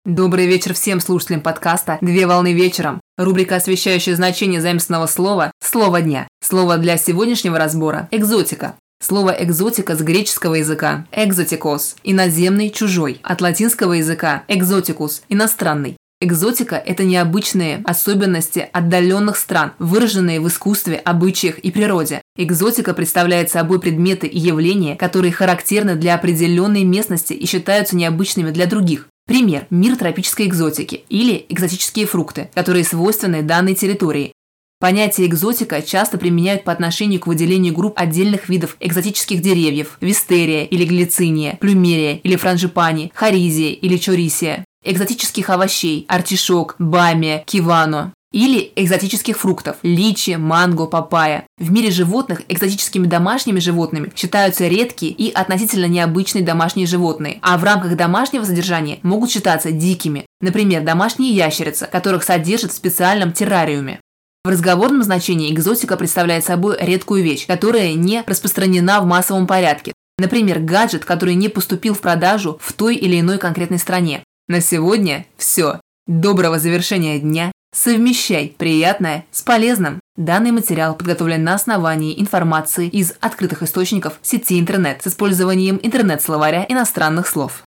Добрый вечер всем слушателям подкаста «Две волны вечером». Рубрика, освещающая значение заимственного слова «Слово дня». Слово для сегодняшнего разбора – экзотика. Слово «экзотика» с греческого языка «экзотикос» – иноземный, чужой, от латинского языка «экзотикус» – иностранный. Экзотика – это необычные особенности отдаленных стран, выраженные в искусстве, обычаях и природе. Экзотика представляет собой предметы и явления, которые характерны для определенной местности и считаются необычными для других. Пример – мир тропической экзотики или экзотические фрукты, которые свойственны данной территории. Понятие экзотика часто применяют по отношению к выделению групп отдельных видов экзотических деревьев – вистерия или глициния, плюмерия или франгипани, харизия или чорисия, экзотических овощей – артишок, бамия, кивано, или экзотических фруктов – личи, манго, папайя. В мире животных экзотическими домашними животными считаются редкие и относительно необычные домашние животные, а в рамках домашнего содержания могут считаться дикими, например, домашние ящерицы, которых содержат в специальном террариуме. В разговорном значении экзотика представляет собой редкую вещь, которая не распространена в массовом порядке. Например, гаджет, который не поступил в продажу в той или иной конкретной стране. На сегодня все. Доброго завершения дня. Совмещай приятное с полезным. Данный материал подготовлен на основании информации из открытых источников сети интернет с использованием интернет-словаря иностранных слов.